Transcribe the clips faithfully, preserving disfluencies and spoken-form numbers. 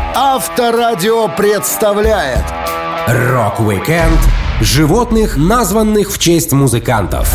Авторадио представляет Рок-викенд животных, названных в честь музыкантов.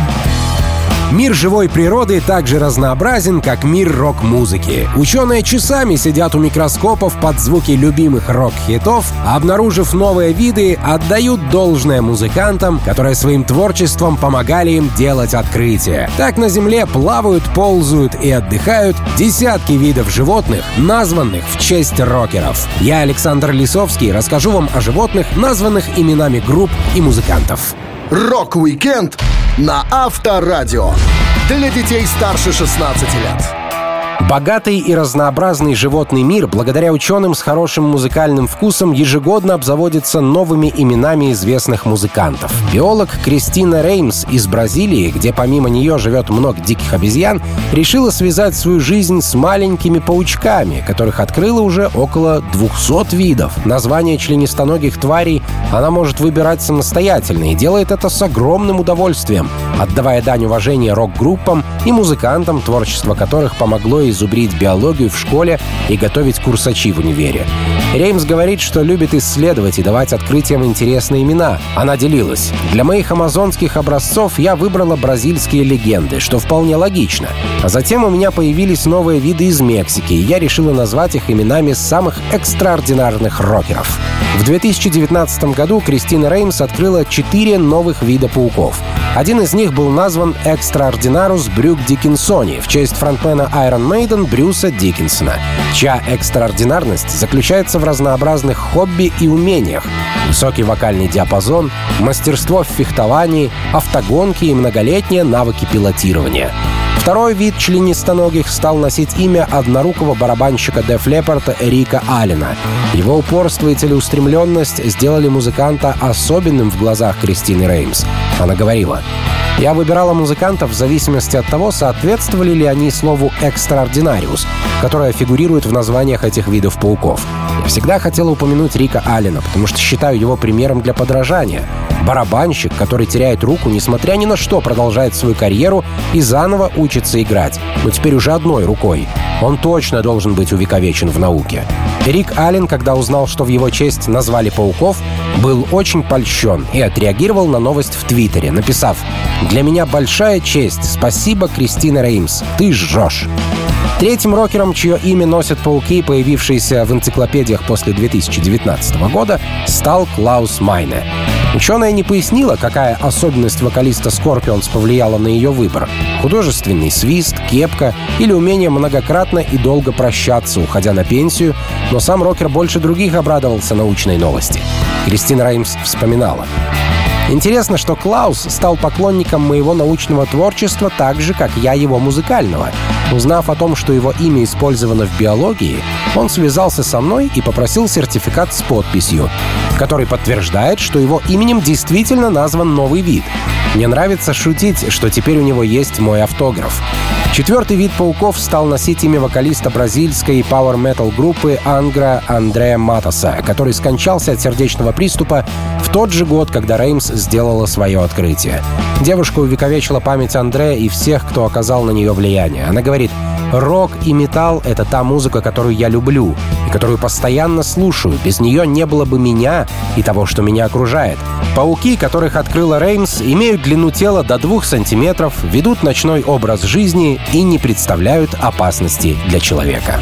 Мир живой природы так же разнообразен, как мир рок-музыки. Ученые часами сидят у микроскопов под звуки любимых рок-хитов, а обнаружив новые виды, отдают должное музыкантам, которые своим творчеством помогали им делать открытия. Так на Земле плавают, ползают и отдыхают десятки видов животных, названных в честь рокеров. Я, Александр Лисовский, расскажу вам о животных, названных именами групп и музыкантов. Рок-викенд на Авторадио. Для детей старше шестнадцати лет. Богатый и разнообразный животный мир, благодаря ученым с хорошим музыкальным вкусом, ежегодно обзаводится новыми именами известных музыкантов. Биолог Кристина Реймс из Бразилии, где помимо нее живет много диких обезьян, решила связать свою жизнь с маленькими паучками, которых открыла уже около двухсот видов. Названия членистоногих тварей она может выбирать самостоятельно и делает это с огромным удовольствием, отдавая дань уважения рок-группам и музыкантам, творчество которых помогло изубрить биологию в школе и готовить курсачи в универе. Реймс говорит, что любит исследовать и давать открытиям интересные имена. Она делилась: «Для моих амазонских образцов я выбрала бразильские легенды, что вполне логично. А затем у меня появились новые виды из Мексики, и я решила назвать их именами самых экстраординарных рокеров». В две тысячи девятнадцатом году Кристина Реймс открыла четыре новых вида пауков. Один из них был назван Экстраординарус Брюк Диккинсони в честь фронтмена Iron Maiden Брюса Диккинсона, чья экстраординарность заключается в разнообразных хобби и умениях: высокий вокальный диапазон, мастерство в фехтовании, автогонки и многолетние навыки пилотирования. Второй вид членистоногих стал носить имя однорукого барабанщика Def Leppard Рика Аллена. Его упорство и целеустремленность сделали музыканта особенным в глазах Кристины Реймс. Она говорила: «Я выбирала музыкантов в зависимости от того, соответствовали ли они слову «экстраординариус», которое фигурирует в названиях этих видов пауков. Я всегда хотела упомянуть Рика Аллена, потому что считаю его примером для подражания. Барабанщик, который теряет руку, несмотря ни на что, продолжает свою карьеру и заново учится играть, но теперь уже одной рукой. Он точно должен быть увековечен в науке». Рик Аллен, когда узнал, что в его честь назвали пауков, был очень польщен и отреагировал на новость в Твиттере, написав: «Для меня большая честь. Спасибо, Кристина Реймс. Ты жжешь». Третьим рокером, чье имя носят пауки, появившиеся в энциклопедиях после две тысячи девятнадцатого года, стал Клаус Майне. Ученая не пояснила, какая особенность вокалиста Scorpions повлияла на ее выбор: художественный свист, кепка или умение многократно и долго прощаться, уходя на пенсию, но сам рокер больше других обрадовался научной новости. Кристина Реймс вспоминала: «Интересно, что Клаус стал поклонником моего научного творчества так же, как я его музыкального. Узнав о том, что его имя использовано в биологии, он связался со мной и попросил сертификат с подписью, который подтверждает, что его именем действительно назван новый вид. Мне нравится шутить, что теперь у него есть мой автограф». Четвертый вид пауков стал носить имя вокалиста бразильской пауэр-метал группы Ангра Андреа Матоса, который скончался от сердечного приступа в тот же год, когда Реймс сделала свое открытие. Девушка увековечила память Андре и всех, кто оказал на нее влияние. Она говорит: «Рок и металл — это та музыка, которую я люблю и которую постоянно слушаю. Без нее не было бы меня и того, что меня окружает. Пауки, которых открыла Реймс, имеют длину тела до двух сантиметров, ведут ночной образ жизни и не представляют опасности для человека».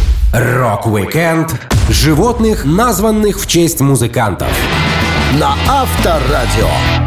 Рок-викенд животных, названных в честь музыкантов. На Авторадио.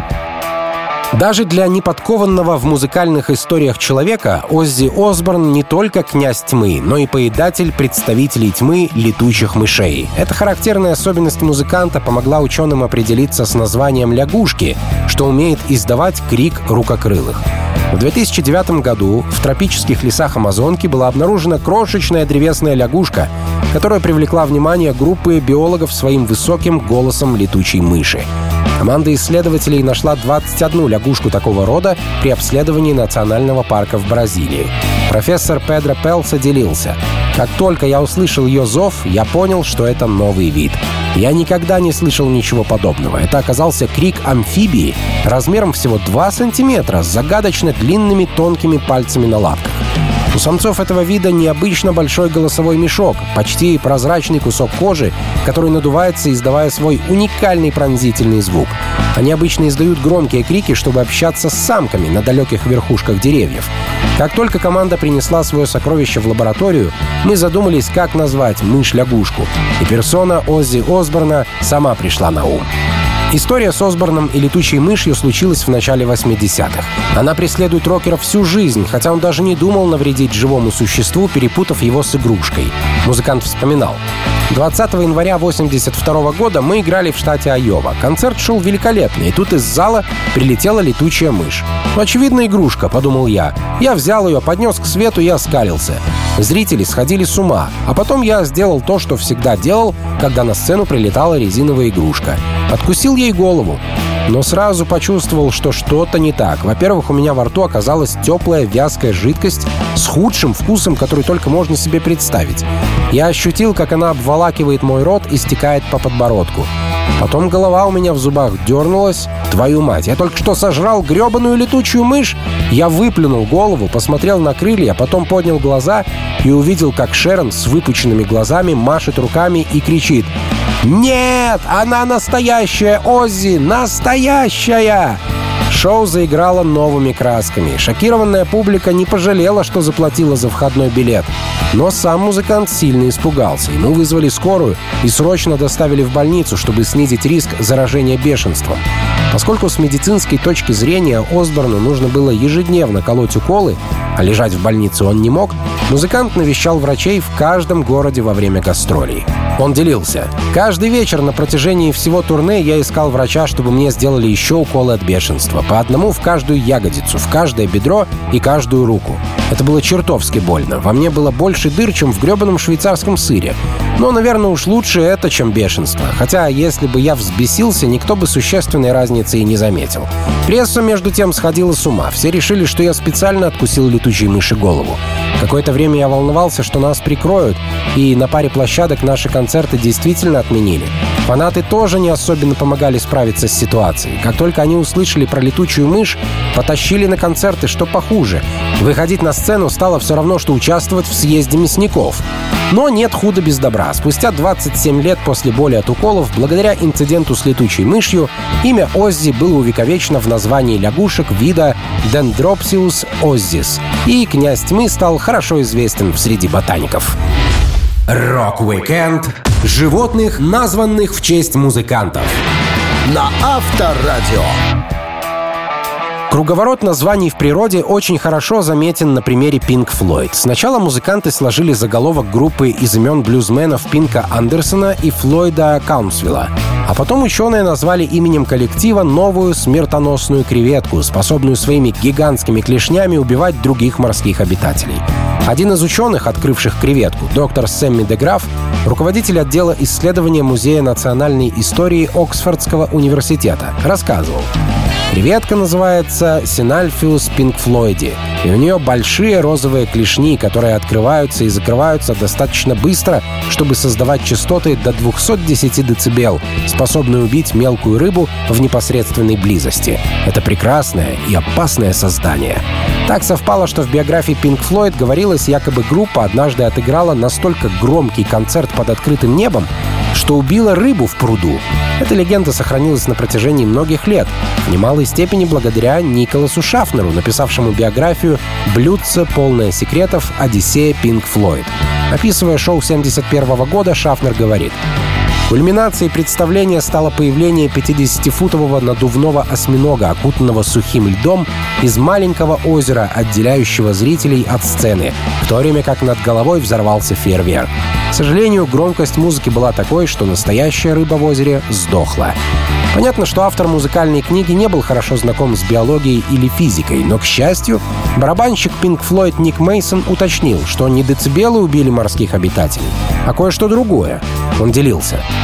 Даже для неподкованного в музыкальных историях человека Оззи Осборн не только князь тьмы, но и поедатель представителей тьмы летучих мышей. Эта характерная особенность музыканта помогла ученым определиться с названием лягушки, что умеет издавать крик рукокрылых. В две тысячи девятом году в тропических лесах Амазонки была обнаружена крошечная древесная лягушка, которая привлекла внимание группы биологов своим высоким голосом летучей мыши. Команда исследователей нашла двадцать одну лягушку такого рода при обследовании национального парка в Бразилии. Профессор Педро Пелса делился: «Как только я услышал ее зов, я понял, что это новый вид. Я никогда не слышал ничего подобного. Это оказался крик амфибии размером всего два сантиметра с загадочно длинными тонкими пальцами на лапках. У самцов этого вида необычно большой голосовой мешок, почти прозрачный кусок кожи, который надувается, издавая свой уникальный пронзительный звук. Они обычно издают громкие крики, чтобы общаться с самками на далеких верхушках деревьев. Как только команда принесла свое сокровище в лабораторию, мы задумались, как назвать мышь-лягушку. И персона Оззи Осборна сама пришла на ум. История с Осборном и летучей мышью случилась в начале восьмидесятых. Она преследует рокера всю жизнь, хотя он даже не думал навредить живому существу, перепутав его с игрушкой. Музыкант вспоминал. двадцатого января восемьдесят второго года мы играли в штате Айова. Концерт шел великолепно, и тут из зала прилетела летучая мышь. «Ну, очевидно, игрушка», — подумал я. Я взял ее, поднес к свету и оскалился. Зрители сходили с ума, а потом я сделал то, что всегда делал, когда на сцену прилетала резиновая игрушка. Откусил ей голову. Но сразу почувствовал, что что-то не так. Во-первых, у меня во рту оказалась теплая вязкая жидкость с худшим вкусом, который только можно себе представить. Я ощутил, как она обволакивает мой рот и стекает по подбородку. Потом голова у меня в зубах дернулась. Твою мать, я только что сожрал гребаную летучую мышь. Я выплюнул голову, посмотрел на крылья, потом поднял глаза и увидел, как Шерон с выпученными глазами машет руками и кричит: «Нет! Она настоящая, Оззи! Настоящая!» Шоу заиграло новыми красками. Шокированная публика не пожалела, что заплатила за входной билет. Но сам музыкант сильно испугался. Ему вызвали скорую и срочно доставили в больницу, чтобы снизить риск заражения бешенством. Поскольку с медицинской точки зрения Осборну нужно было ежедневно колоть уколы, а лежать в больнице он не мог, музыкант навещал врачей в каждом городе во время гастролей. Он делился. «Каждый вечер на протяжении всего турне я искал врача, чтобы мне сделали еще уколы от бешенства. По одному в каждую ягодицу, в каждое бедро и каждую руку. Это было чертовски больно. Во мне было больше дыр, чем в гребаном швейцарском сыре. Но, наверное, уж лучше это, чем бешенство. Хотя, если бы я взбесился, никто бы существенной разницы и не заметил. Пресса, между тем, сходила с ума. Все решили, что я специально откусил летучей мыши голову. Какое-то время я волновался, что нас прикроют, и на паре площадок наши концерты действительно отменили. Фанаты тоже не особенно помогали справиться с ситуацией. Как только они услышали про летучую мышь, потащили на концерты, что похуже. Выходить на сцену стало все равно, что участвовать в съезде мясников. Но нет худа без добра. Спустя двадцать семь лет после боли от уколов, благодаря инциденту с летучей мышью, имя Оззи было увековечено в названии лягушек вида Dendropsius ozziis. И князь тьмы стал хорошо известен среди ботаников. Рок-уикенд животных, названных в честь музыкантов. На Авторадио. Круговорот названий в природе очень хорошо заметен на примере Pink Floyd. Сначала музыканты сложили заголовок группы из имен блюзменов Пинка Андерсона и Флойда Каунсвилла. А потом ученые назвали именем коллектива новую смертоносную креветку, способную своими гигантскими клешнями убивать других морских обитателей. Один из ученых, открывших креветку, доктор Сэмми Деграф, руководитель отдела исследования Музея национальной истории Оксфордского университета, рассказывал: креветка называется Синальфиус пинкфлойди, и у нее большие розовые клешни, которые открываются и закрываются достаточно быстро, чтобы создавать частоты до двести десять децибел, способные убить мелкую рыбу в непосредственной близости. Это прекрасное и опасное создание. Так совпало, что в биографии Pink Floyd говорилось, якобы группа однажды отыграла настолько громкий концерт под открытым небом, что убила рыбу в пруду. Эта легенда сохранилась на протяжении многих лет, в немалой степени благодаря Николасу Шафнеру, написавшему биографию «Блюдце, полное секретов. Одиссея Pink Floyd». Описывая шоу семьдесят первого года, Шафнер говорит: кульминацией представления стало появление пятидесятифутового надувного осьминога, окутанного сухим льдом, из маленького озера, отделяющего зрителей от сцены, в то время как над головой взорвался фейерверк. К сожалению, громкость музыки была такой, что настоящая рыба в озере сдохла. Понятно, что автор музыкальной книги не был хорошо знаком с биологией или физикой, но, к счастью, барабанщик Pink Floyd Ник Мейсон уточнил, что не децибелы убили морских обитателей, а кое-что другое. Он делился: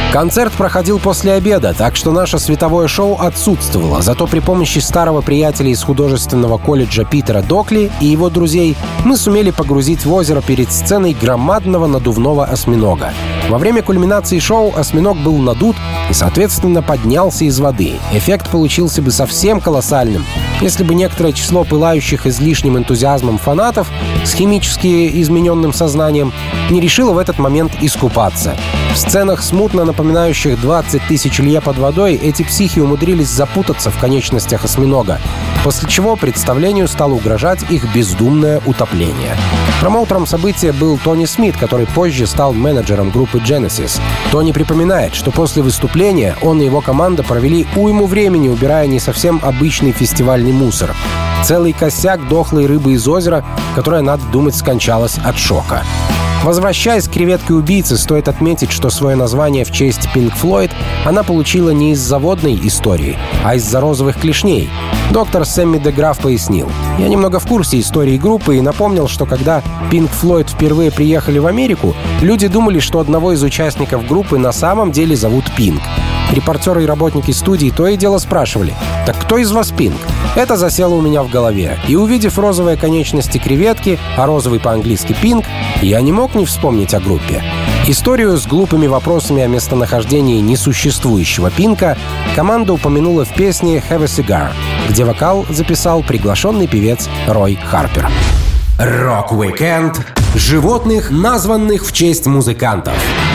Концерт проходил после обеда, так что наше световое шоу отсутствовало. Зато при помощи старого приятеля из художественного колледжа Питера Докли и его друзей мы сумели погрузить в озеро перед сценой громадного надувного осьминога. Во время кульминации шоу осьминог был надут и, соответственно, поднялся из воды. Эффект получился бы совсем колоссальным, если бы некоторое число пылающих излишним энтузиазмом фанатов с химически измененным сознанием не решило в этот момент искупаться. В сценах, смутно напоминающих двадцать тысяч лье под водой, эти психи умудрились запутаться в конечностях осьминога, после чего представлению стало угрожать их бездумное утопление. Промоутером события был Тони Смит, который позже стал менеджером группы Genesis. Тони припоминает, что после выступления он и его команда провели уйму времени, убирая не совсем обычный фестивальный мусор. Целый косяк дохлой рыбы из озера, которая, надо думать, скончалась от шока. Возвращаясь к креветке-убийце, стоит отметить, что свое название в честь Pink Floyd она получила не из-за водной истории, а из-за розовых клешней. Доктор Сэмми Деграф пояснил: «Я немного в курсе истории группы и напомнил, что когда Pink Floyd впервые приехали в Америку, люди думали, что одного из участников группы на самом деле зовут Пинк. Репортеры и работники студии то и дело спрашивали: «Так кто из вас Пинк?» Это засело у меня в голове. И увидев розовые конечности креветки, а розовый по-английски Пинк, я не мог не вспомнить о группе. Историю с глупыми вопросами о местонахождении несуществующего Пинка команда упомянула в песне «Have a Cigar», где вокал записал приглашенный певец Рой Харпер. Рок-уикенд животных, названных в честь музыкантов.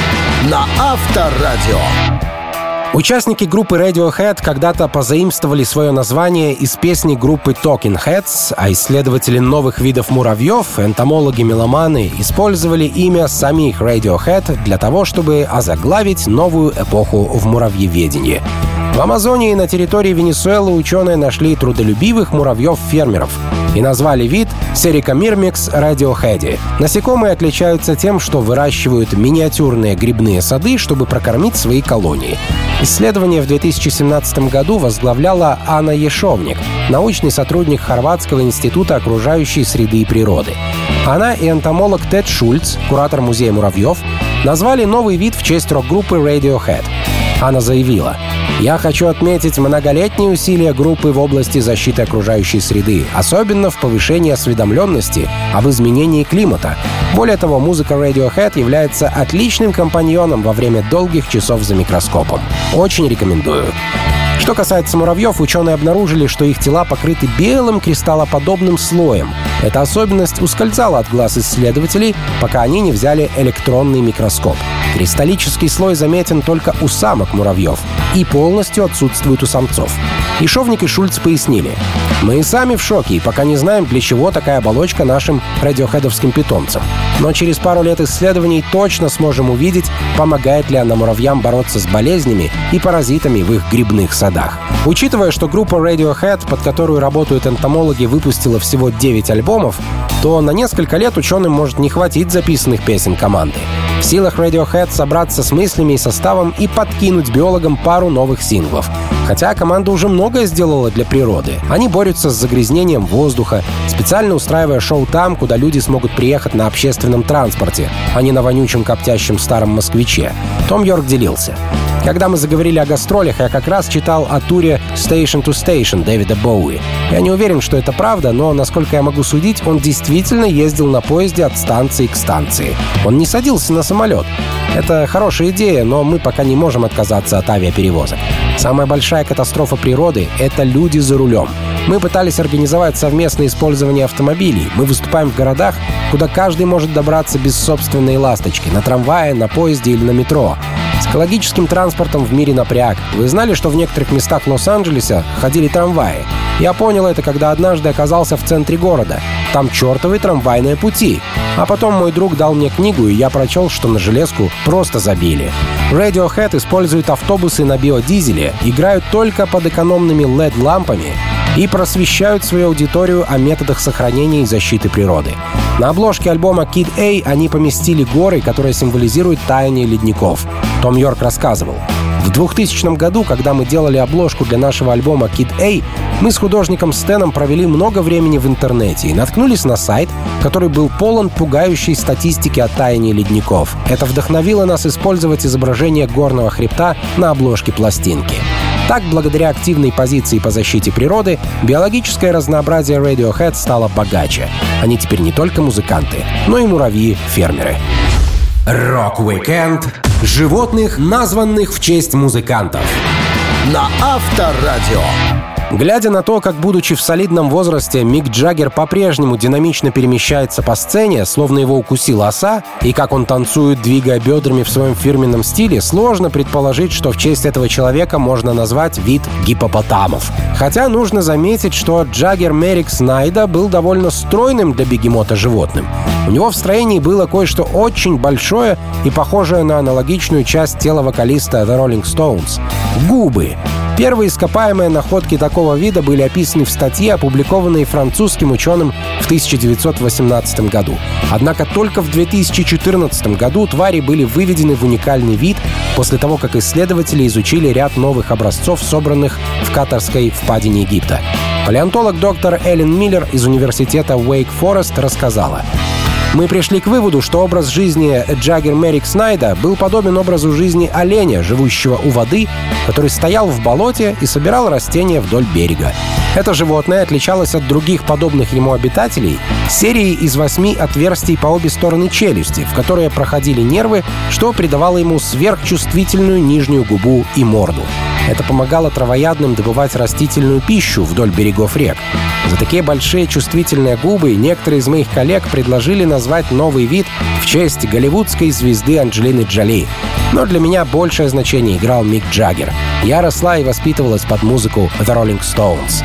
На Авторадио. Участники группы Radiohead когда-то позаимствовали свое название из песни группы Talking Heads, а исследователи новых видов муравьев, энтомологи-меломаны, использовали имя самих Radiohead для того, чтобы озаглавить новую эпоху в муравьеведении. В Амазонии на территории Венесуэлы ученые нашли трудолюбивых муравьев-фермеров и назвали вид Sericomyrmex radioheadi. Насекомые отличаются тем, что выращивают миниатюрные грибные сады, чтобы прокормить свои колонии. Исследование в две тысячи семнадцатом году возглавляла Анна Ешовник, научный сотрудник Хорватского института окружающей среды и природы. Она и энтомолог Тед Шульц, куратор музея муравьев, назвали новый вид в честь рок-группы Radiohead. Анна заявила: «Я хочу отметить многолетние усилия группы в области защиты окружающей среды, особенно в повышении осведомленности об изменении климата. Более того, музыка Radiohead является отличным компаньоном во время долгих часов за микроскопом. Очень рекомендую». Что касается муравьев, ученые обнаружили, что их тела покрыты белым кристаллоподобным слоем. Эта особенность ускользала от глаз исследователей, пока они не взяли электронный микроскоп. Кристаллический слой заметен только у самок муравьев и полностью отсутствует у самцов. И Шовник и Шульц пояснили: «Мы и сами в шоке, и пока не знаем, для чего такая оболочка нашим радиохедовским питомцам. Но через пару лет исследований точно сможем увидеть, помогает ли она муравьям бороться с болезнями и паразитами в их грибных садах». Учитывая, что группа Radiohead, под которую работают энтомологи, выпустила всего девять альбомов, то на несколько лет ученым может не хватить записанных песен команды. В силах Radiohead собраться с мыслями и составом и подкинуть биологам пару новых синглов. Хотя команда уже многое сделала для природы. Они борются с загрязнением воздуха, специально устраивая шоу там, куда люди смогут приехать на общественном транспорте, а не на вонючем коптящем старом москвиче. Том Йорк делился: «Когда мы заговорили о гастролях, я как раз читал о туре Station to Station Дэвида Боуи. Я не уверен, что это правда, но, насколько я могу судить, он действительно ездил на поезде от станции к станции. Он не садился на самолет. Это хорошая идея, но мы пока не можем отказаться от авиаперевозок. Самая большая катастрофа природы — это люди за рулем. Мы пытались организовать совместное использование автомобилей. Мы выступаем в городах, куда каждый может добраться без собственной ласточки, на трамвае, на поезде или на метро. С экологическим транспортом в мире напряг. Вы знали, что в некоторых местах Лос-Анджелеса ходили трамваи? Я понял это, когда однажды оказался в центре города. Там чертовы трамвайные пути. А потом мой друг дал мне книгу, и я прочел, что на железку просто забили. Radiohead используют автобусы на биодизеле, играют только под экономными эл и ди-лампами и просвещают свою аудиторию о методах сохранения и защиты природы. На обложке альбома Kid A они поместили горы, которые символизируют таяние ледников. Том Йорк рассказывал: В двухтысячном году, когда мы делали обложку для нашего альбома Kid A, мы с художником Стэном провели много времени в интернете и наткнулись на сайт, который был полон пугающей статистики о таянии ледников. Это вдохновило нас использовать изображение горного хребта на обложке пластинки. Так, благодаря активной позиции по защите природы, биологическое разнообразие Radiohead стало богаче. Они теперь не только музыканты, но и муравьи-фермеры. Рок-викенд животных, названных в честь музыкантов. На Авторадио. Глядя на то, как, будучи в солидном возрасте, Мик Джаггер по-прежнему динамично перемещается по сцене, словно его укусила оса, и как он танцует, двигая бедрами в своем фирменном стиле, сложно предположить, что в честь этого человека можно назвать вид гиппопотамов. Хотя нужно заметить, что Джаггер Меррик Снайда был довольно стройным для бегемота животным. У него в строении было кое-что очень большое и похожее на аналогичную часть тела вокалиста The Rolling Stones — губы. Первые ископаемые находки такого вида были описаны в статье, опубликованной французским ученым в тысяча девятьсот восемнадцатом году. Однако только в две тысячи четырнадцатом году твари были выведены в уникальный вид после того, как исследователи изучили ряд новых образцов, собранных в Катарской впадине Египта. Палеонтолог доктор Эллен Миллер из университета Уэйк-Форест рассказала: «Мы пришли к выводу, что образ жизни Джаггер Меррик Снайда был подобен образу жизни оленя, живущего у воды, который стоял в болоте и собирал растения вдоль берега. Это животное отличалось от других подобных ему обитателей серией из восьми отверстий по обе стороны челюсти, в которые проходили нервы, что придавало ему сверхчувствительную нижнюю губу и морду. Это помогало травоядным добывать растительную пищу вдоль берегов рек. За такие большие чувствительные губы некоторые из моих коллег предложили назвать новый вид в честь голливудской звезды Анджелины Джоли. Но для меня большее значение играл Мик Джаггер. Я росла и воспитывалась под музыку The Rolling Stones».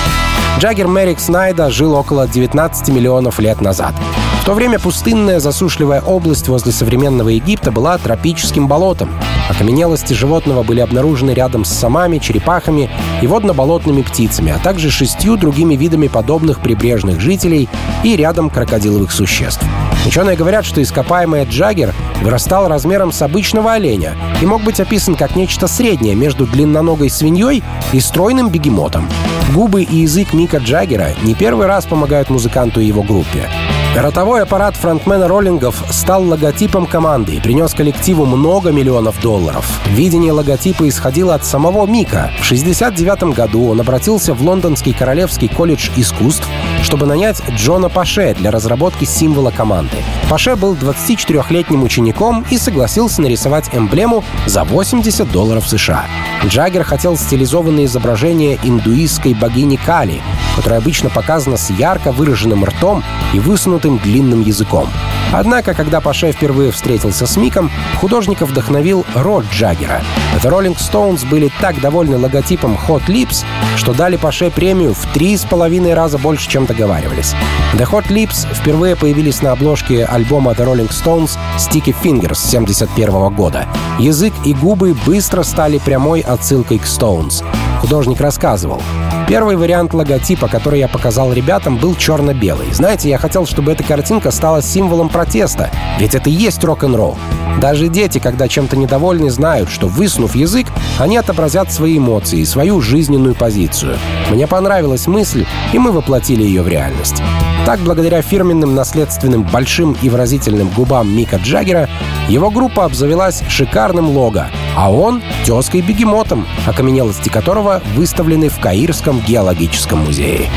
Джаггер Меррик Снайда жил около девятнадцати миллионов лет назад. В то время пустынная засушливая область возле современного Египта была тропическим болотом. Окаменелости животного были обнаружены рядом с самами, черепахами и водно-болотными птицами, а также шестью другими видами подобных прибрежных жителей и рядом крокодиловых существ. Ученые говорят, что ископаемый Джаггер вырастал размером с обычного оленя и мог быть описан как нечто среднее между длинноногой свиньей и стройным бегемотом. Губы и язык Мика Джаггера не первый раз помогают музыканту и его группе. Ротовой аппарат фронтмена роллингов стал логотипом команды и принес коллективу много миллионов долларов. Видение логотипа исходило от самого Мика. В шестьдесят девятом году он обратился в Лондонский Королевский колледж искусств, чтобы нанять Джона Паше для разработки символа команды. Паше был двадцатичетырёхлетним учеником и согласился нарисовать эмблему за восемьдесят долларов США. Джаггер хотел стилизованное изображение индуистской богини Кали, которая обычно показана с ярко выраженным ртом и высунутым длинным языком. Однако, когда Паше впервые встретился с Миком, художника вдохновил рот Джаггера. The Rolling Stones были так довольны логотипом Hot Lips, что дали Паше премию в три с половиной раза больше, чем договаривались. The Hot Lips впервые появились на обложке альбома The Rolling Stones Sticky Fingers семьдесят первого года. Язык и губы быстро стали прямой отсылкой к Stones. Художник рассказывал: «Первый вариант логотипа, который я показал ребятам, был черно-белый. Знаете, я хотел, чтобы эта картинка стала символом протеста, ведь это и есть рок-н-ролл. Даже дети, когда чем-то недовольны, знают, что, высунув язык, они отобразят свои эмоции и свою жизненную позицию. Мне понравилась мысль, и мы воплотили ее в реальность». Так, благодаря фирменным наследственным большим и выразительным губам Мика Джаггера, его группа обзавелась шикарным лого, а он — тезкой-бегемотом, окаменелости которого выставлены в Каирском геологическом музее.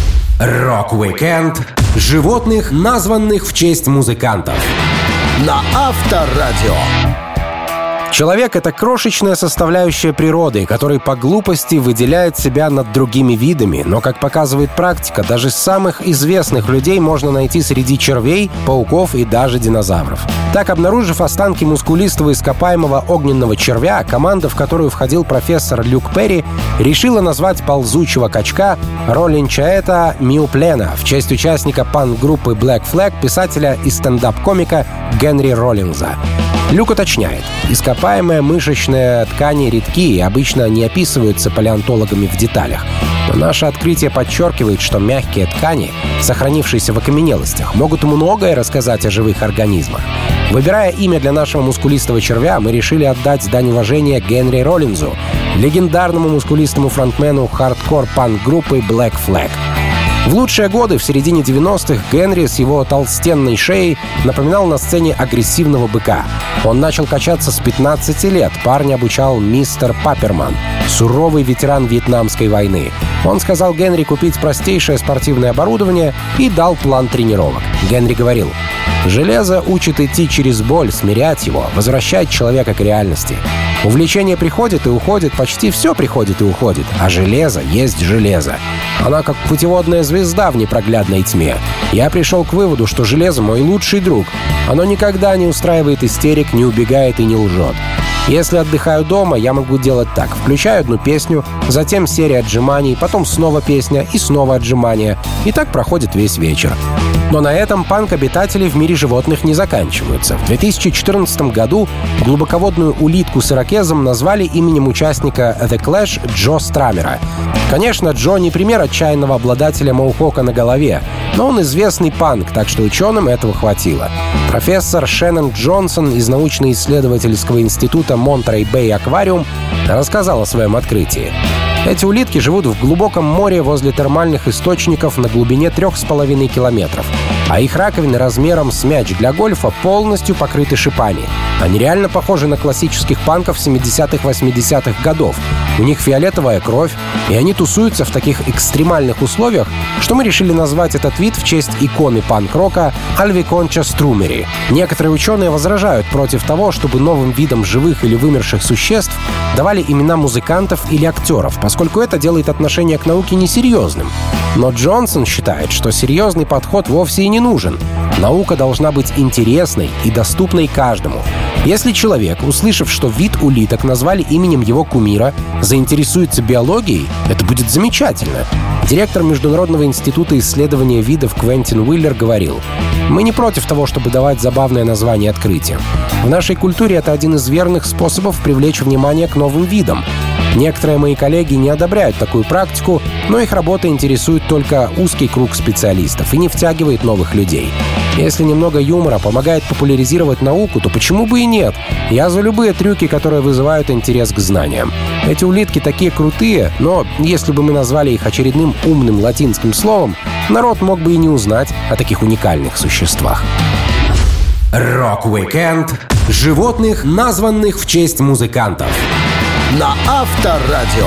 Рок-викенд животных, названных в честь музыкантов. На Авторадио. Человек — это крошечная составляющая природы, который по глупости выделяет себя над другими видами. Но, как показывает практика, даже самых известных людей можно найти среди червей, пауков и даже динозавров. Так, обнаружив останки мускулистого ископаемого огненного червя, команда, в которую входил профессор Люк Перри, решила назвать ползучего качка Роллинчаэта Миуплена в честь участника панк-группы Black Flag, писателя и стендап-комика Генри Роллинза. Люк уточняет: ископаемые мышечные ткани редки и обычно не описываются палеонтологами в деталях. Но наше открытие подчеркивает, что мягкие ткани, сохранившиеся в окаменелостях, могут многое рассказать о живых организмах. Выбирая имя для нашего мускулистого червя, мы решили отдать дань уважения Генри Роллинзу, легендарному мускулистому фронтмену хардкор-панк-группы Black Flag. В лучшие годы, в середине девяностых, Генри с его толстенной шеей напоминал на сцене агрессивного быка. Он начал качаться с пятнадцати лет. Парня обучал мистер Папперман, суровый ветеран Вьетнамской войны. Он сказал Генри купить простейшее спортивное оборудование и дал план тренировок. Генри говорил: «Железо учит идти через боль, смирять его, возвращать человека к реальности. Увлечение приходит и уходит, почти все приходит и уходит, а железо есть железо. Она как путеводная звезда в непроглядной тьме. Я пришел к выводу, что железо мой лучший друг. Оно никогда не устраивает истерик, не убегает и не лжет. Если отдыхаю дома, я могу делать так. Включаю одну песню, затем серия отжиманий, потом снова песня и снова отжимания. И так проходит весь вечер». Но на этом панк-обитатели в мире животных не заканчиваются. В две тысячи четырнадцатом году глубоководную улитку с ирокезом назвали именем участника The Clash Джо Страмера. Конечно, Джо не пример отчаянного обладателя моухока на голове, но он известный панк, так что ученым этого хватило. Профессор Шеннон Джонсон из научно-исследовательского института Монтерей-Бэй Аквариум рассказал о своем открытии. Эти улитки живут в глубоком море возле термальных источников на глубине трех с половиной километров, а их раковины размером с мяч для гольфа полностью покрыты шипами. Они реально похожи на классических панков семидесятых-восьмидесятых годов. У них фиолетовая кровь, и они тусуются в таких экстремальных условиях, что мы решили назвать этот вид в честь иконы панк-рока Альвиконча Струмери. Некоторые ученые возражают против того, чтобы новым видам живых или вымерших существ давали имена музыкантов или актеров, поскольку это делает отношение к науке несерьезным. Но Джонсон считает, что серьезный подход вовсе и не нужен. Наука должна быть интересной и доступной каждому. Если человек, услышав, что вид улиток назвали именем его кумира, заинтересуется биологией, это будет замечательно. Директор Международного института исследования видов Квентин Уиллер говорил: «Мы не против того, чтобы давать забавное название открытиям. В нашей культуре это один из верных способов привлечь внимание к новым видам. Некоторые мои коллеги не одобряют такую практику, но их работа интересует только узкий круг специалистов и не втягивает новых людей. Если немного юмора помогает популяризировать науку, то почему бы и нет? Я за любые трюки, которые вызывают интерес к знаниям. Эти улитки такие крутые, но если бы мы назвали их очередным умным латинским словом, народ мог бы и не узнать о таких уникальных существах». Рок-викенд животных, названных в честь музыкантов. На Авторадио.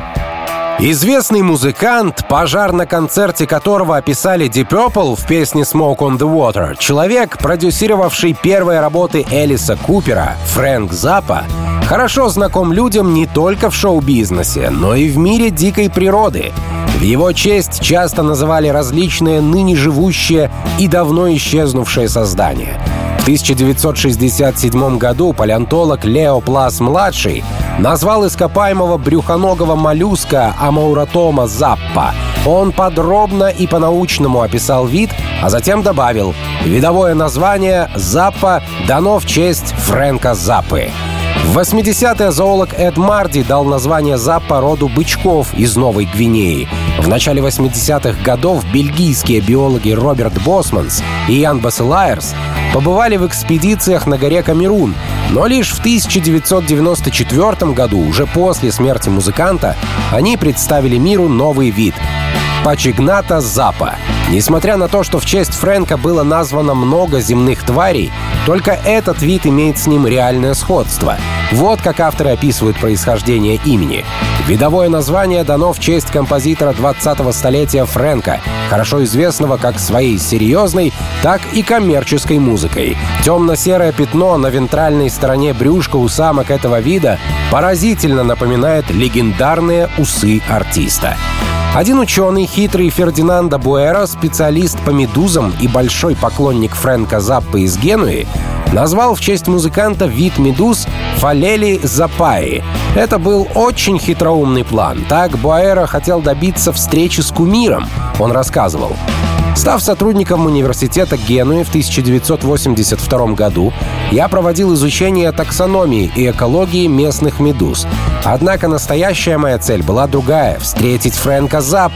Известный музыкант, пожар на концерте которого описали Deep Purple в песне «Smoke on the Water», человек, продюсировавший первые работы Элиса Купера, Фрэнк Заппа, хорошо знаком людям не только в шоу-бизнесе, но и в мире дикой природы. В его честь часто называли различные ныне живущие и давно исчезнувшие создания. В тысяча девятьсот шестьдесят седьмом году палеонтолог Лео Плас-младший назвал ископаемого брюхоногого моллюска Амауратома Заппа. Он подробно и по-научному описал вид, а затем добавил: «Видовое название Заппа дано в честь Фрэнка Заппы». В восьмидесятые зоолог Эд Марди дал название Заппа роду бычков из Новой Гвинеи. В начале восьмидесятых годов бельгийские биологи Роберт Босманс и Ян Басселайерс побывали в экспедициях на горе Камерун, но лишь в тысяча девятьсот девяносто четвёртом году, уже после смерти музыканта, они представили миру новый вид — Пачигната Заппа. Несмотря на то, что в честь Фрэнка было названо много земных тварей, только этот вид имеет с ним реальное сходство. Вот как авторы описывают происхождение имени. Видовое название дано в честь композитора двадцатого столетия Фрэнка, хорошо известного как своей серьезной, так и коммерческой музыкой. Темно-серое пятно на вентральной стороне брюшка у самок этого вида поразительно напоминает легендарные усы артиста. Один ученый, хитрый Фердинандо Буэро, специалист по медузам и большой поклонник Фрэнка Заппы из Генуи, назвал в честь музыканта вид медуз Фалели запаи. Это был очень хитроумный план. Так Буэро хотел добиться встречи с кумиром. Он рассказывал: «Став сотрудником университета Генуи в тысяча девятьсот восемьдесят втором году, я проводил изучение таксономии и экологии местных медуз. Однако настоящая моя цель была другая — встретить Фрэнка Заппу.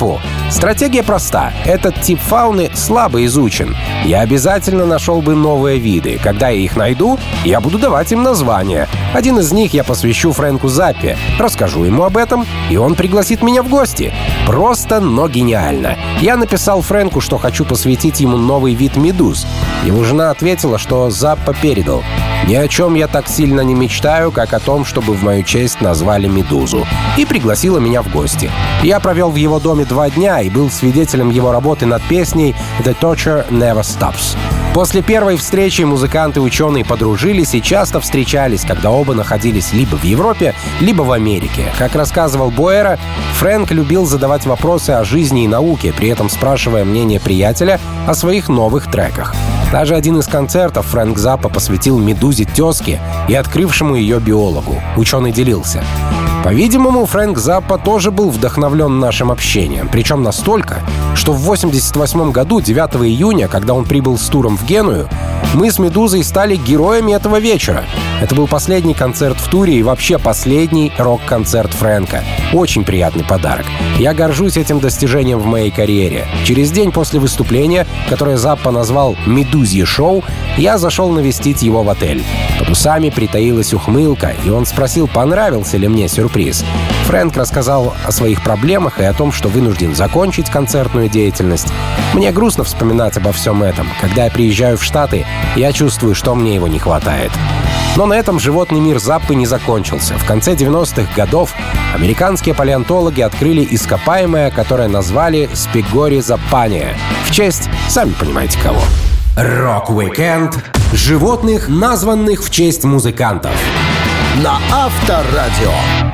Стратегия проста. Этот тип фауны слабо изучен. Я обязательно нашел бы новые виды. Когда я их найду, я буду давать им названия. Один из них я посвящу Фрэнку Заппе. Расскажу ему об этом, и он пригласит меня в гости. Просто, но гениально. Я написал Фрэнку, что хочу посвятить ему новый вид медуз. Его жена ответила, что Заппа передал: «Ни о чем я так сильно не мечтаю, как о том, чтобы в мою честь назвали медузу», и пригласила меня в гости. Я провел в его доме два дня и был свидетелем его работы над песней «The Torture Never Stops». После первой встречи музыканты и ученые подружились и часто встречались, когда оба находились либо в Европе, либо в Америке. Как рассказывал Боэра, Фрэнк любил задавать вопросы о жизни и науке, при этом спрашивая мнение приятеля о своих новых треках. Даже один из концертов Фрэнк Заппа посвятил медузе тезке и открывшему ее биологу. Ученый делился: «По-видимому, Фрэнк Заппа тоже был вдохновлен нашим общением, причем настолько, что в восемьдесят восьмом году, девятого июня, когда он прибыл с туром в Геную, мы с «Медузой» стали героями этого вечера. Это был последний концерт в туре и вообще последний рок-концерт Фрэнка. Очень приятный подарок. Я горжусь этим достижением в моей карьере. Через день после выступления, которое Заппа назвал «Медузье шоу», я зашел навестить его в отель. Под усами притаилась ухмылка, и он спросил, понравился ли мне сюрприз. Фрэнк рассказал о своих проблемах и о том, что вынужден закончить концертную деятельность. Мне грустно вспоминать обо всем этом. Когда я приезжаю в Штаты, я чувствую, что мне его не хватает. Но на этом животный мир Заппы не закончился. В конце девяностых годов американские палеонтологи открыли ископаемое, которое назвали Спигоризопания, в честь, сами понимаете, кого. Рок-викенд животных, названных в честь музыкантов. На Авторадио.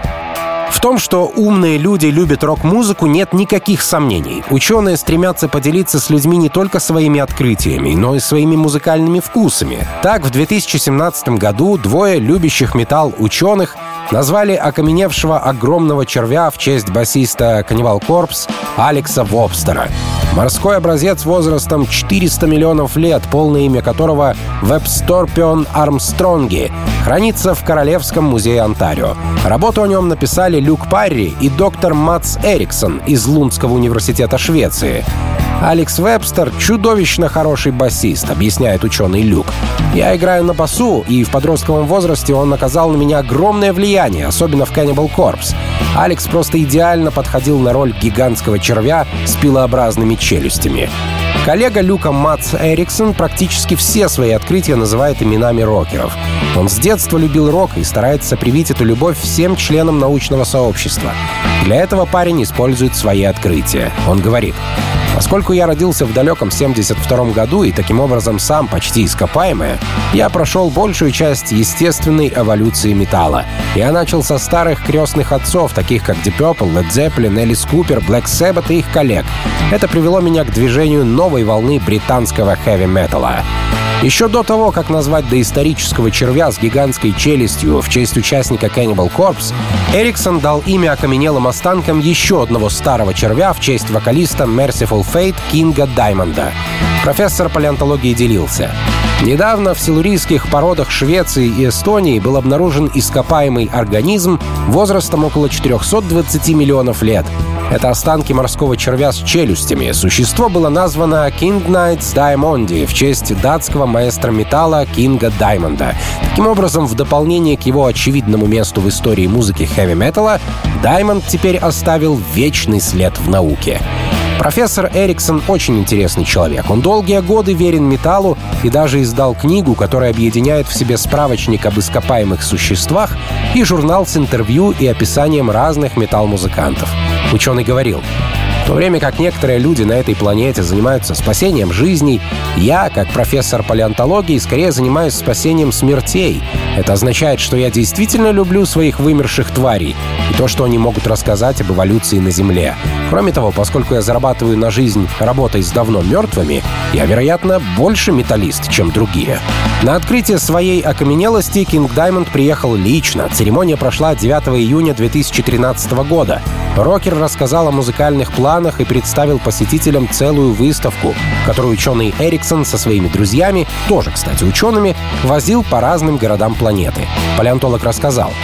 В том, что умные люди любят рок-музыку, нет никаких сомнений. Ученые стремятся поделиться с людьми не только своими открытиями, но и своими музыкальными вкусами. Так, в две тысячи семнадцатом году двое любящих металл ученых назвали окаменевшего огромного червя в честь басиста Cannibal Corpse Алекса Вобстера. Морской образец возрастом четыреста миллионов лет, полное имя которого Вебсторпион армстронги, хранится в Королевском музее Онтарио. Работу о нем написали Люк Парри и доктор Матс Эриксон из Лундского университета Швеции. «Алекс Вебстер — чудовищно хороший басист», — объясняет ученый Люк. «Я играю на басу, и в подростковом возрасте он оказал на меня огромное влияние, особенно в Cannibal Corpse. Алекс просто идеально подходил на роль гигантского червя с пилообразными челюстями». Коллега Люка Матс Эриксон практически все свои открытия называет именами рокеров. Он с детства любил рок и старается привить эту любовь всем членам научного сообщества. Для этого парень использует свои открытия. Он говорит: «Поскольку я родился в далеком семьдесят втором году и таким образом сам почти ископаемое, я прошел большую часть естественной эволюции металла. Я начал со старых крестных отцов, таких как Deep Purple, Led Zeppelin, Alice Cooper, Black Sabbath и их коллег. Это привело меня к движению новой волны британского хэви-металла». Еще до того, как назвать доисторического червя с гигантской челюстью в честь участника Cannibal Corpse, Эриксон дал имя окаменелым останкам еще одного старого червя в честь вокалиста Merciful Fate Кинга Даймонда. Профессор палеонтологии делился: «Недавно в силурийских породах Швеции и Эстонии был обнаружен ископаемый организм возрастом около четырехсот двадцати миллионов лет. Это останки морского червя с челюстями. Существо было названо King Knights Diamondi в честь датского маэстро металла Кинга Даймонда. Таким образом, в дополнение к его очевидному месту в истории музыки хэви-металла, Даймонд теперь оставил вечный след в науке». Профессор Эриксон очень интересный человек. Он долгие годы верен металлу и даже издал книгу, которая объединяет в себе справочник об ископаемых существах и журнал с интервью и описанием разных металл-музыкантов. Ученый говорил: «В то время как некоторые люди на этой планете занимаются спасением жизней, я, как профессор палеонтологии, скорее занимаюсь спасением смертей. Это означает, что я действительно люблю своих вымерших тварей и то, что они могут рассказать об эволюции на Земле. Кроме того, поскольку я зарабатываю на жизнь работой с давно мертвыми, я, вероятно, больше металлист, чем другие». На открытие своей окаменелости Кинг Даймонд приехал лично. Церемония прошла девятого июня две тысячи тринадцатого года. Рокер рассказал о музыкальных планах и представил посетителям целую выставку, которую ученый Эриксон со своими друзьями, тоже, кстати, учеными, возил по разным городам планеты. Палеонтолог рассказал: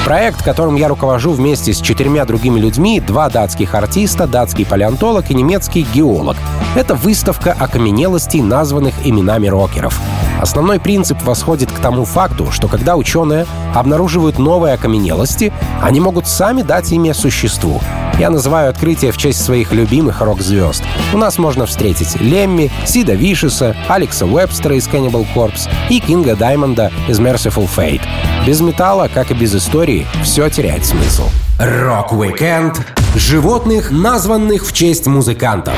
Проект, которым я руковожу вместе с четырьмя другими людьми, два датских артиста, датский палеонтолог и немецкий геолог. Это выставка окаменелостей, названных именами рокеров. Основной принцип восходит к тому факту, что когда ученые обнаруживают новые окаменелости, они могут сами дать имя существу. Я называю открытие в честь своих любимых рок-звезд. У нас можно встретить Лемми, Сида Вишеса, Алекса Уэбстера из Cannibal Corpse и Кинга Даймонда из Merciful Fate. Без металла, как и без истории, все теряет смысл. Рок-уикенд животных, названных в честь музыкантов.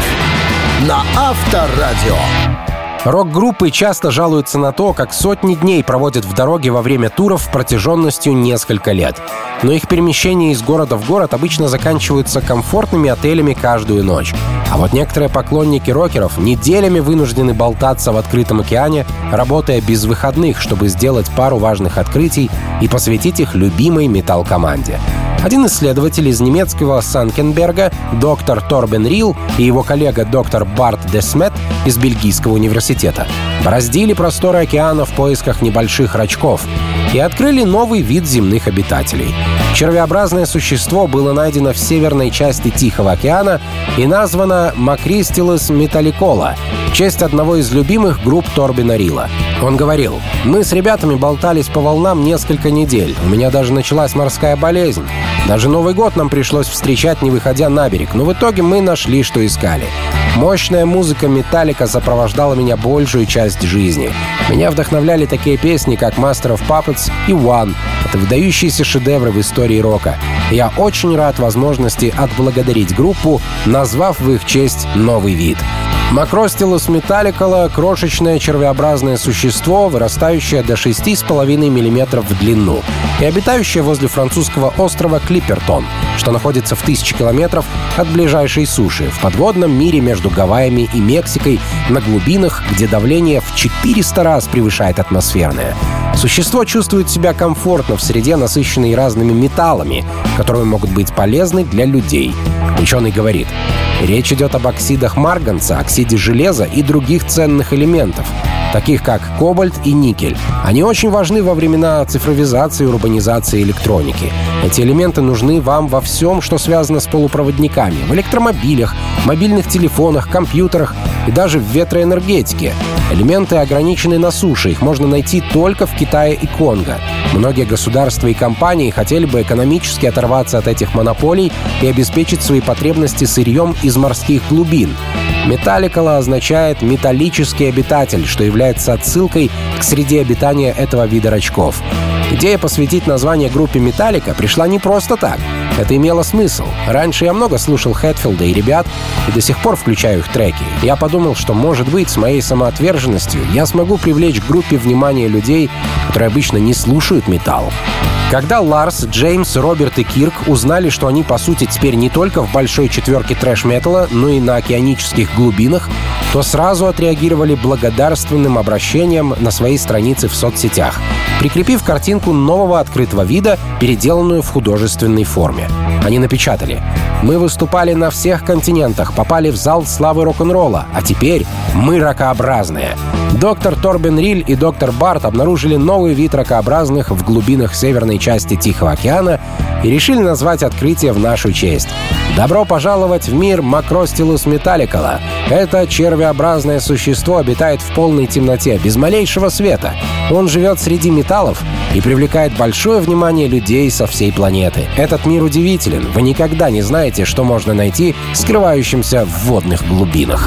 На Авторадио. Рок-группы часто жалуются на то, как сотни дней проводят в дороге во время туров протяженностью несколько лет. Но их перемещения из города в город обычно заканчиваются комфортными отелями каждую ночь. А вот некоторые поклонники рокеров неделями вынуждены болтаться в открытом океане, работая без выходных, чтобы сделать пару важных открытий и посвятить их любимой метал-команде. Один исследователь из немецкого Санкенберга, доктор Торбен Рил, и его коллега доктор Барт де Смет из Бельгийского университета бороздили просторы океана в поисках небольших рачков и открыли новый вид земных обитателей. Червеобразное существо было найдено в северной части Тихого океана и названо Макристилус металликола в честь одного из любимых групп Торбена Рила. Он говорил: «Мы с ребятами болтались по волнам несколько недель. У меня даже началась морская болезнь. Даже Новый год нам пришлось встречать, не выходя на берег, но в итоге мы нашли, что искали. Мощная музыка Металлика сопровождала меня большую часть жизни. Меня вдохновляли такие песни, как Master of Puppets и One. Это выдающиеся шедевры в истории рока. Я очень рад возможности отблагодарить группу, назвав в их честь новый вид». Макростилус металликола — крошечное червеобразное существо, вырастающее до шести с половиной миллиметров в длину и обитающее возле французского острова Клиппертон, что находится в тысячи километров от ближайшей суши, в подводном мире между Гавайями и Мексикой, на глубинах, где давление в четыреста раз превышает атмосферное. Существо чувствует себя комфортно в среде, насыщенной разными металлами, которые могут быть полезны для людей. Ученый говорит: речь идет об оксидах марганца, оксиде железа и других ценных элементов, таких как кобальт и никель. Они очень важны во времена цифровизации, урбанизации и электроники. Эти элементы нужны вам во всем, что связано с полупроводниками, в электромобилях, мобильных телефонах, компьютерах и даже в ветроэнергетике. Элементы ограничены на суше, их можно найти только в Китае и Конго. Многие государства и компании хотели бы экономически оторваться от этих монополий и обеспечить свои потребности сырьем из морских глубин. Металликола означает «металлический обитатель», что является отсылкой к среде обитания этого вида рачков. Идея посвятить название группе «Металлика» пришла не просто так. Это имело смысл. Раньше я много слушал Хэтфилда и ребят, и до сих пор включаю их треки. Я подумал, что, может быть, с моей самоотверженностью я смогу привлечь к группе внимание людей, которые обычно не слушают металл. Когда Ларс, Джеймс, Роберт и Кирк узнали, что они, по сути, теперь не только в большой четверке трэш-металла, но и на океанических глубинах, то сразу отреагировали благодарственным обращением на своей странице в соцсетях, прикрепив картинку нового открытого вида, переделанную в художественной форме. Они напечатали: «Мы выступали на всех континентах, попали в зал славы рок-н-ролла, а теперь мы ракообразные». Доктор Торбен Риль и доктор Барт обнаружили новый вид ракообразных в глубинах северной части Тихого океана и решили назвать открытие в нашу честь. Добро пожаловать в мир Макростилус металликола. Это червеобразное существо обитает в полной темноте, без малейшего света. Он живет среди металлов и привлекает большое внимание людей со всей планеты. Этот мир удивителен. Вы никогда не знаете, что можно найти скрывающимся в водных глубинах.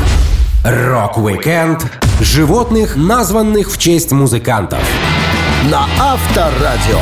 Рок-уикенд животных, названных в честь музыкантов. На Авторадио.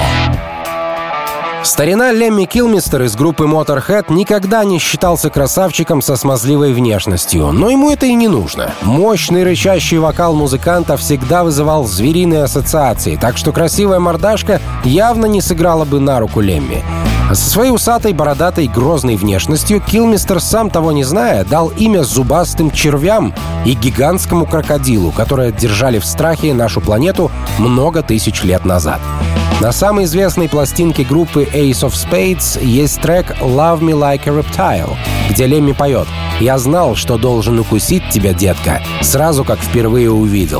Старина Лемми Килмистер из группы Motorhead никогда не считался красавчиком со смазливой внешностью, но ему это и не нужно. Мощный рычащий вокал музыканта всегда вызывал звериные ассоциации, так что красивая мордашка явно не сыграла бы на руку Лемми. А со своей усатой, бородатой, грозной внешностью Килмистер, сам того не зная, дал имя зубастым червям и гигантскому крокодилу, которые держали в страхе нашу планету много тысяч лет назад. На самой известной пластинке группы Ace of Spades есть трек «Love Me Like a Reptile», где Лемми поет: «Я знал, что должен укусить тебя, детка, сразу как впервые увидел».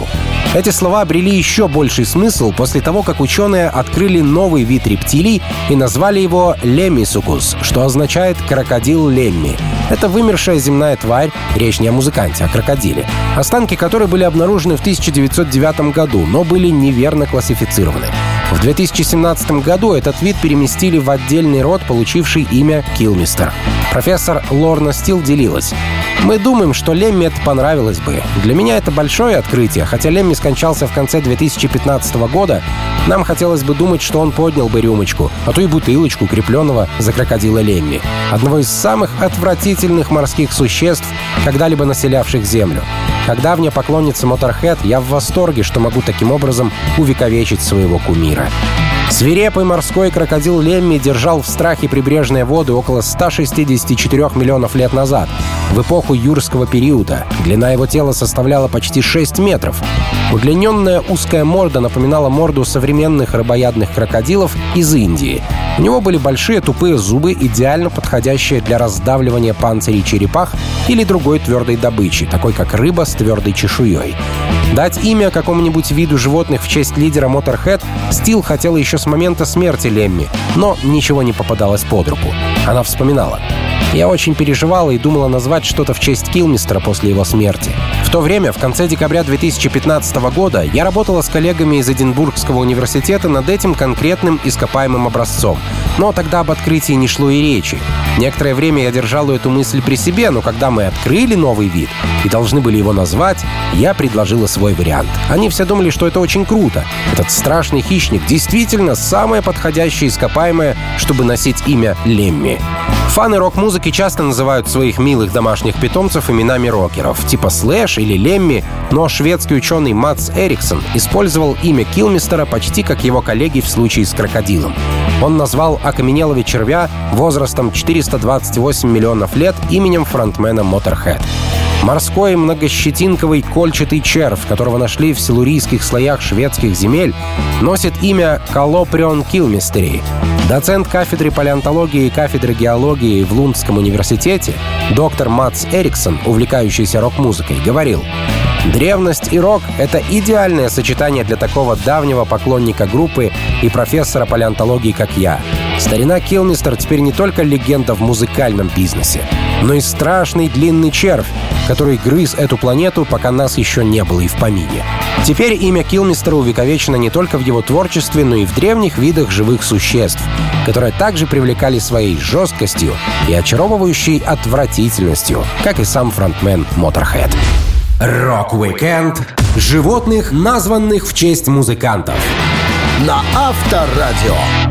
Эти слова обрели еще больший смысл после того, как ученые открыли новый вид рептилий и назвали его леммисукус, что означает «крокодил Лемми». Это вымершая земная тварь, речь не о музыканте, а крокодиле, останки которой были обнаружены в тысяча девятьсот девятом году, но были неверно классифицированы. В две тысячи семнадцатом году этот вид переместили в отдельный род, получивший имя килмистер. Профессор Лорна Стил делилась: «Мы думаем, что Лемми это понравилось бы. Для меня это большое открытие. Хотя Лемми скончался в конце две тысячи пятнадцатого года, нам хотелось бы думать, что он поднял бы рюмочку, а то и бутылочку крепленного за крокодила Лемми, одного из самых отвратительных морских существ, когда-либо населявших Землю. Как давняя поклонница Motorhead, я в восторге, что могу таким образом увековечить своего кумира». Свирепый морской крокодил Лемми держал в страхе прибрежные воды около ста шестидесяти четырёх миллионов лет назад, в эпоху юрского периода. Длина его тела составляла почти шесть метров. Удлиненная узкая морда напоминала морду современных рыбоядных крокодилов из Индии. У него были большие тупые зубы, идеально подходящие для раздавливания панцирей черепах или другой твердой добычи, такой как рыба с твердой чешуей. Дать имя какому-нибудь виду животных в честь лидера Motorhead Стил хотела еще с момента смерти Лемми, но ничего не попадалось под руку. Она вспоминала: «Я очень переживала и думала назвать что-то в честь Килмистера после его смерти. В то время, в конце декабря две тысячи пятнадцатого года, я работала с коллегами из Эдинбургского университета над этим конкретным ископаемым образцом. Но тогда об открытии не шло и речи. Некоторое время я держала эту мысль при себе, но когда мы открыли новый вид и должны были его назвать, я предложила свой вариант. Они все думали, что это очень круто. Этот страшный хищник действительно самое подходящее ископаемое, чтобы носить имя Лемми». Фаны рок-музыки часто называют своих милых домашних питомцев именами рокеров, типа Слэш или Лемми, но шведский ученый Матс Эриксон использовал имя Килмистера почти как его коллеги в случае с крокодилом. Он назвал окаменелого червя возрастом четыреста двадцать восемь миллионов лет именем фронтмена Motorhead. Морской многощетинковый кольчатый червь, которого нашли в силурийских слоях шведских земель, носит имя Колоприон килмистери. Доцент кафедры палеонтологии и кафедры геологии в Лундском университете, доктор Матс Эриксон, увлекающийся рок-музыкой, говорил: «Древность и рок — это идеальное сочетание для такого давнего поклонника группы и профессора палеонтологии, как я. Старина Килмистер теперь не только легенда в музыкальном бизнесе, но и страшный длинный червь, который грыз эту планету, пока нас еще не было и в помине». Теперь имя Килмистера увековечено не только в его творчестве, но и в древних видах живых существ, которые также привлекали своей жесткостью и очаровывающей отвратительностью, как и сам фронтмен Motorhead. Рок-викенд животных, названных в честь музыкантов. На Авторадио.